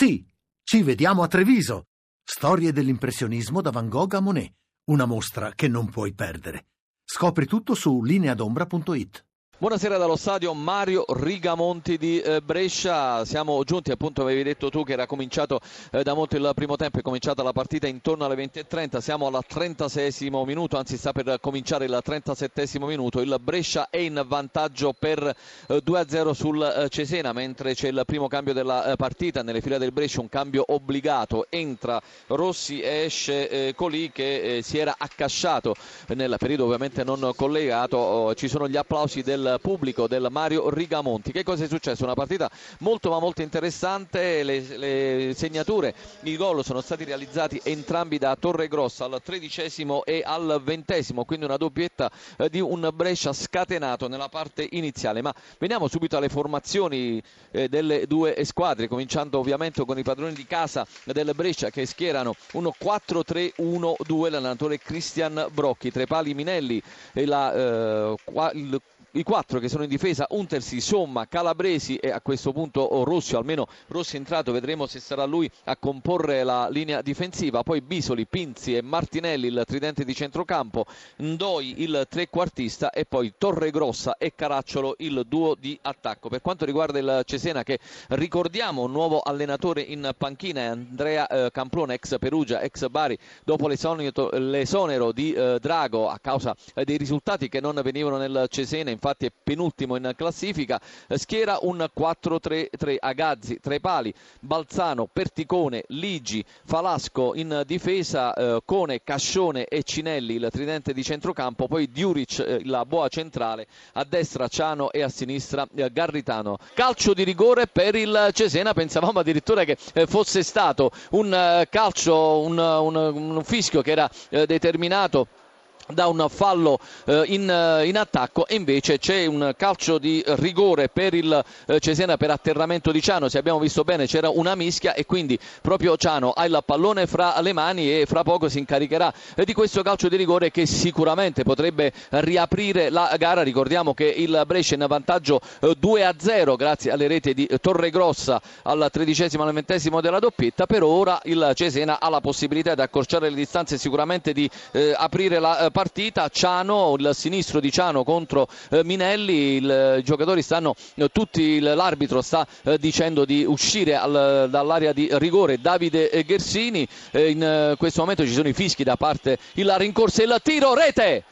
Sì, ci vediamo a Treviso. Storie dell'impressionismo da Van Gogh a Monet. Una mostra che non puoi perdere. Scopri tutto su lineadombra.it. Buonasera dallo stadio Mario Rigamonti di Brescia. Siamo giunti, appunto, avevi detto tu che era cominciato da molto il primo tempo, è cominciata la partita intorno alle 20:30, siamo al 36esimo minuto, anzi sta per cominciare il 37esimo minuto. Il Brescia è in vantaggio per 2-0 sul Cesena, mentre c'è il primo cambio della partita nelle fila del Brescia, un cambio obbligato. Entra Rossi e esce Colì, che si era accasciato nel periodo ovviamente non collegato. Ci sono gli applausi del pubblico del Mario Rigamonti. Che cosa è successo? Una partita molto ma molto interessante. Le segnature, i gol sono stati realizzati entrambi da Torregrossa al 13esimo e al 20esimo, quindi una doppietta di un Brescia scatenato nella parte iniziale. Ma veniamo subito alle formazioni delle due squadre, cominciando ovviamente con i padroni di casa del Brescia, che schierano un 4-3-1-2, l'allenatore Cristian Brocchi, tre pali Minelli e i quattro che sono in difesa: Untersi, Somma, Calabresi e a questo punto Rossi, almeno Rossi è entrato, vedremo se sarà lui a comporre la linea difensiva. Poi Bisoli, Pinzi e Martinelli il tridente di centrocampo, Ndoi il trequartista e poi Torregrossa e Caracciolo il duo di attacco. Per quanto riguarda il Cesena, che ricordiamo un nuovo allenatore in panchina, è Andrea Camplone, ex Perugia, ex Bari, dopo l'esonero di Drago a causa dei risultati che non venivano nel Cesena, infatti è penultimo in classifica. Schiera un 4-3-3, Agazzi tre pali, Balzano, Perticone, Ligi, Falasco in difesa, Cone, Cascione e Cinelli il tridente di centrocampo, poi Djuric la boa centrale, a destra Ciano e a sinistra Garritano. Calcio di rigore per il Cesena, pensavamo addirittura che fosse stato un calcio, un fischio che era determinato da un fallo in attacco, e invece c'è un calcio di rigore per il Cesena per atterramento di Ciano. Se abbiamo visto bene c'era una mischia e quindi proprio Ciano ha il pallone fra le mani e fra poco si incaricherà di questo calcio di rigore che sicuramente potrebbe riaprire la gara. Ricordiamo che il Brescia è in vantaggio 2-0 grazie alle reti di Torregrossa al 13esimo e al 20esimo della doppietta. Per ora il Cesena ha la possibilità di accorciare le distanze, sicuramente di aprire la partita. Ciano, il sinistro di Ciano contro Minelli, i giocatori stanno tutti, l'arbitro sta dicendo di uscire dall'area di rigore Davide Ghersini. In questo momento ci sono i fischi da parte, la rincorsa e il tiro, rete,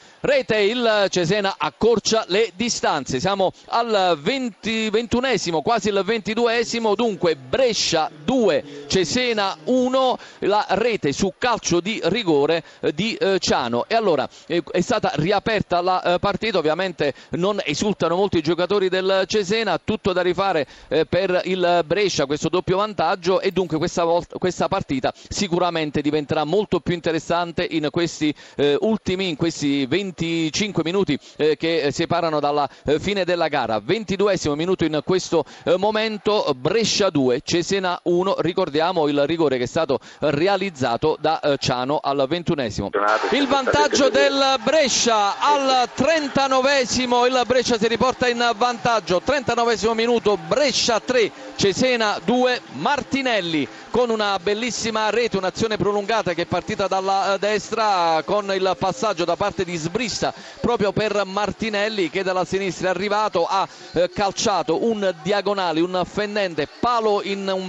il Cesena accorcia le distanze. Siamo al 21esimo, quasi il 22esimo, dunque Brescia 2, Cesena 1, la rete su calcio di rigore di Ciano. E allora è stata riaperta la partita, ovviamente non esultano molto i giocatori del Cesena, tutto da rifare per il Brescia, questo doppio vantaggio, e dunque questa partita sicuramente diventerà molto più interessante in questi in questi 25 minuti che separano dalla fine della gara. 22esimo minuto in questo momento, Brescia 2, Cesena 1, ricordiamo il rigore che è stato realizzato da Ciano al 21esimo. Il vantaggio del Brescia al 39esimo, il Brescia si riporta in vantaggio. 39esimo minuto, Brescia 3, Cesena 2, Martinelli con una bellissima rete, un'azione prolungata che è partita dalla destra con il passaggio da parte di Sbrissa proprio per Martinelli, che dalla sinistra è arrivato, ha calciato un diagonale, un fendente palo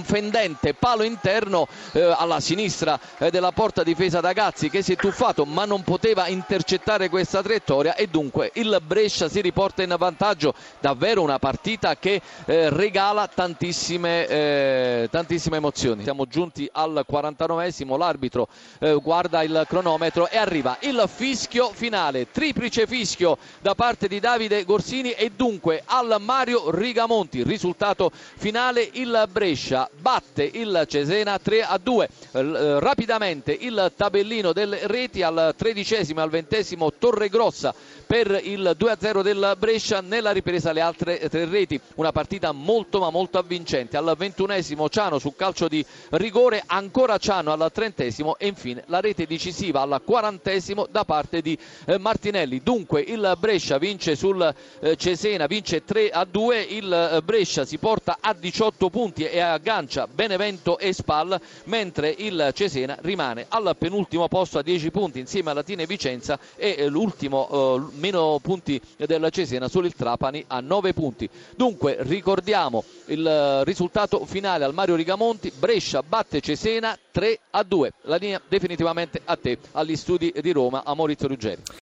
interno alla sinistra della porta difesa da Gazzi, che si è tuffato ma non poteva intercettare questa traiettoria, e dunque il Brescia si riporta in vantaggio. Davvero una partita che regala tantissime emozioni. Siamo giunti al 49esimo, l'arbitro guarda il cronometro e arriva il fischio finale, triplice fischio da parte di Davide Gorsini, e dunque al Mario Rigamonti. Risultato finale: il Brescia batte il Cesena 3-2. Rapidamente il tabellino delle reti: al 13esimo e al 20esimo Torregrossa per il 2-0 del Brescia, nella ripresa le altre tre reti. Una partita molto ma molto avvincente. vincente. Al 21esimo Ciano su calcio di rigore, ancora Ciano al 30esimo e infine la rete decisiva al 40esimo da parte di Martinelli. Dunque il Brescia vince sul Cesena, vince 3-2, il Brescia si porta a 18 punti e aggancia Benevento e Spal, mentre il Cesena rimane al penultimo posto a 10 punti insieme alla Latina e Vicenza, e l'ultimo meno punti del Cesena solo il Trapani a 9 punti. Dunque ricordiamo il risultato finale al Mario Rigamonti: Brescia batte Cesena 3-2. La linea definitivamente a te, agli studi di Roma, a Maurizio Ruggeri.